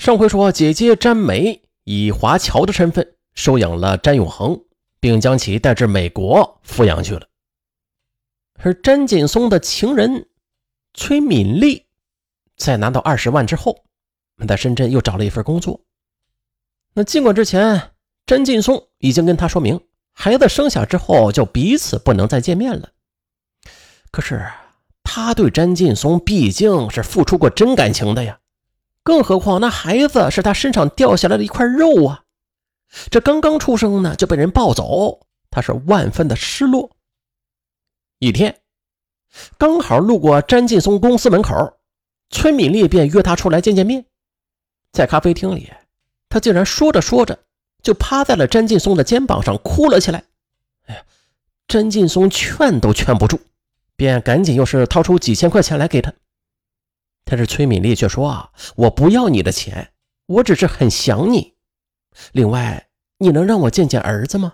上回说姐姐詹梅以华侨的身份收养了詹永恒，并将其带至美国抚养去了。而詹劲松的情人崔敏丽在拿到20万之后，在深圳又找了一份工作。那尽管之前詹劲松已经跟他说明，孩子生下之后就彼此不能再见面了，可是他对詹劲松毕竟是付出过真感情的呀，更何况那孩子是他身上掉下来的一块肉啊，这刚刚出生呢就被人抱走，他是万分的失落。一天刚好路过詹劲松公司门口，崔敏丽便约他出来见见面。在咖啡厅里，他竟然说着说着就趴在了詹劲松的肩膀上哭了起来。詹劲松劝都劝不住，便赶紧又是掏出几千块钱来给他。但是崔敏丽却说我不要你的钱，我只是很想你，另外你能让我见见儿子吗？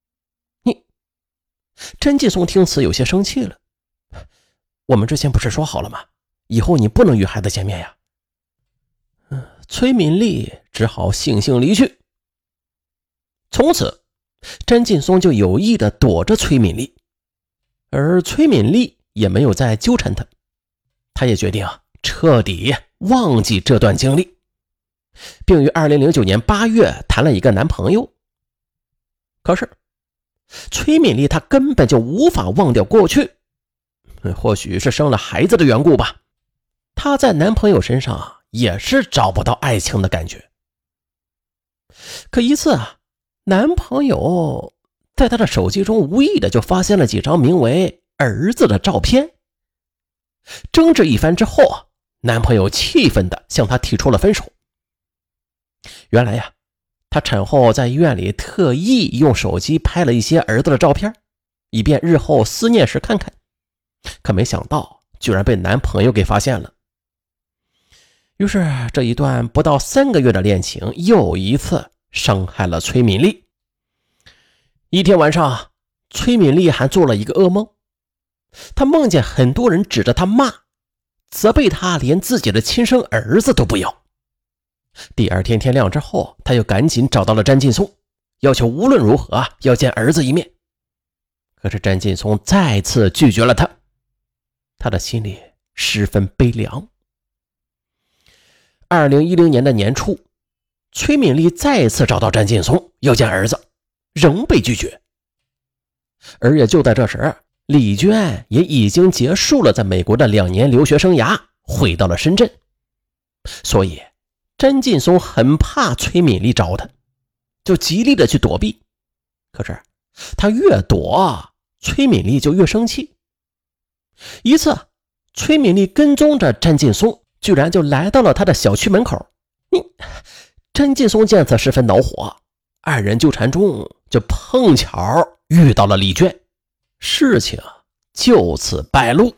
詹劲松听此有些生气了，我们之前不是说好了吗？以后你不能与孩子见面呀。崔敏丽只好悻悻离去。从此詹劲松就有意地躲着崔敏丽，而崔敏丽也没有再纠缠他，他也决定彻底忘记这段经历，并于2009年8月谈了一个男朋友。可是崔敏丽她根本就无法忘掉过去，或许是生了孩子的缘故吧，她在男朋友身上也是找不到爱情的感觉。可一次男朋友在她的手机中无意的就发现了几张名为儿子的照片。争执一番之后男朋友气愤的向她提出了分手。原来她产后在医院里特意用手机拍了一些儿子的照片，以便日后思念时看看，可没想到居然被男朋友给发现了。于是这一段不到3个月的恋情又一次伤害了崔敏丽。一天晚上，崔敏丽还做了一个噩梦，她梦见很多人指着她骂，责备她连自己的亲生儿子都不要。第二天天亮之后，她又赶紧找到了詹劲松，要求无论如何要见儿子一面。可是詹劲松再次拒绝了她，她的心里十分悲凉。2010年的年初，崔敏丽再次找到詹劲松要见儿子，仍被拒绝。而也就在这时，李娟也已经结束了在美国的2年留学生涯，回到了深圳。所以詹劲松很怕崔敏丽找他，就极力的去躲避。可是他越躲，崔敏丽就越生气。一次崔敏丽跟踪着詹劲松，居然就来到了他的小区门口。詹劲松见此十分恼火，二人纠缠中就碰巧遇到了李娟，事情就此败露。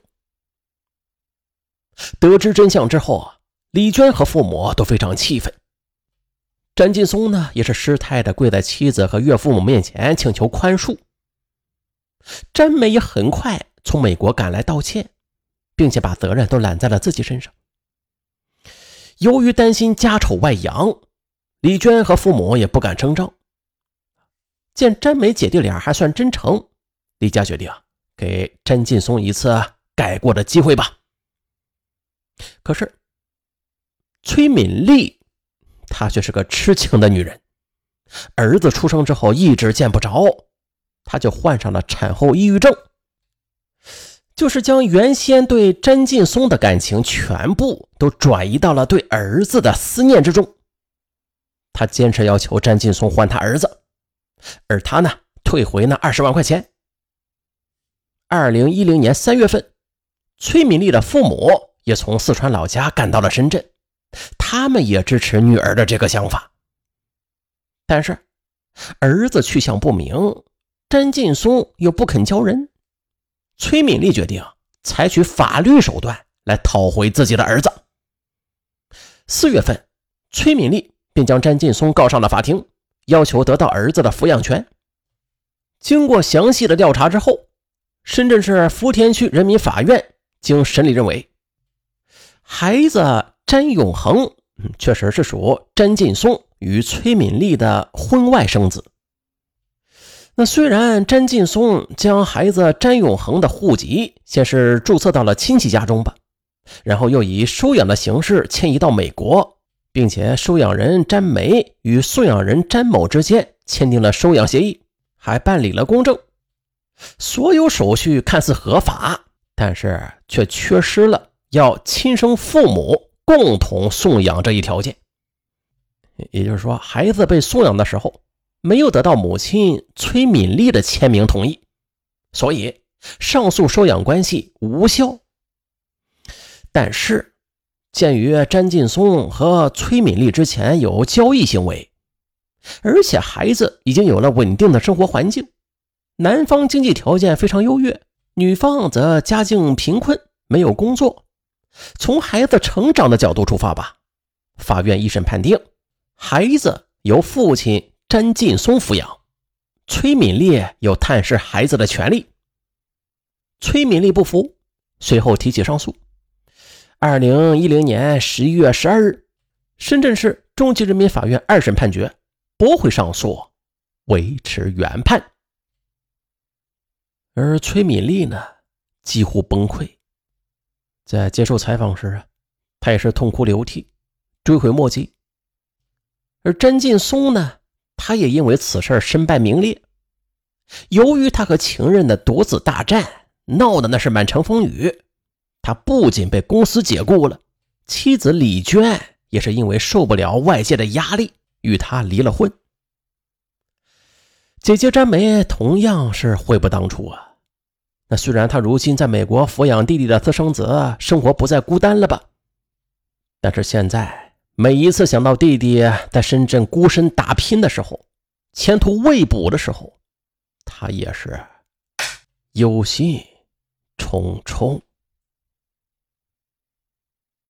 得知真相之后，李娟和父母都非常气愤。詹劲松呢，也是失态的跪在妻子和岳父母面前请求宽恕。詹梅也很快从美国赶来道歉，并且把责任都揽在了自己身上。由于担心家丑外扬，李娟和父母也不敢声张。见詹梅姐弟俩还算真诚，李家决定给詹劲松一次改过的机会吧。可是崔敏丽她却是个痴情的女人，儿子出生之后一直见不着，她就患上了产后抑郁症，就是将原先对詹劲松的感情全部都转移到了对儿子的思念之中。她坚持要求詹劲松还他儿子，而他呢退回那20万块钱。2010年3月份，崔敏丽的父母也从四川老家赶到了深圳，他们也支持女儿的这个想法。但是儿子去向不明，詹劲松又不肯交人，崔敏丽决定采取法律手段来讨回自己的儿子。4月份，崔敏丽便将詹劲松告上了法庭，要求得到儿子的抚养权。经过详细的调查之后，深圳市福田区人民法院经审理认为，孩子詹永恒确实是属詹劲松与崔敏丽的婚外生子。那虽然詹劲松将孩子詹永恒的户籍先是注册到了亲戚家中吧，然后又以收养的形式迁移到美国，并且收养人詹梅与送养人詹某之间签订了收养协议，还办理了公证，所有手续看似合法，但是却缺失了要亲生父母共同送养这一条件。也就是说，孩子被送养的时候没有得到母亲崔敏丽的签名同意，所以上诉收养关系无效。但是鉴于詹劲松和崔敏丽之前有交易行为，而且孩子已经有了稳定的生活环境，男方经济条件非常优越，女方则家境贫困，没有工作，从孩子成长的角度出发吧，法院一审判定孩子由父亲詹劲松抚养，崔敏丽有探视孩子的权利。崔敏丽不服，随后提起上诉。2010年11月12日，深圳市中级人民法院二审判决驳回上诉，维持原判。而崔敏丽呢，几乎崩溃。在接受采访时，她也是痛哭流涕，追悔莫及。而詹劲松呢，他也因为此事身败名裂。由于他和情人的夺子大战闹得那是满城风雨，他不仅被公司解雇了，妻子李娟也是因为受不了外界的压力，与他离了婚。姐姐詹梅同样是悔不当初啊。那虽然她如今在美国抚养弟弟的私生子，生活不再孤单了吧，但是现在每一次想到弟弟在深圳孤身打拼的时候，前途未卜的时候，她也是忧心忡忡。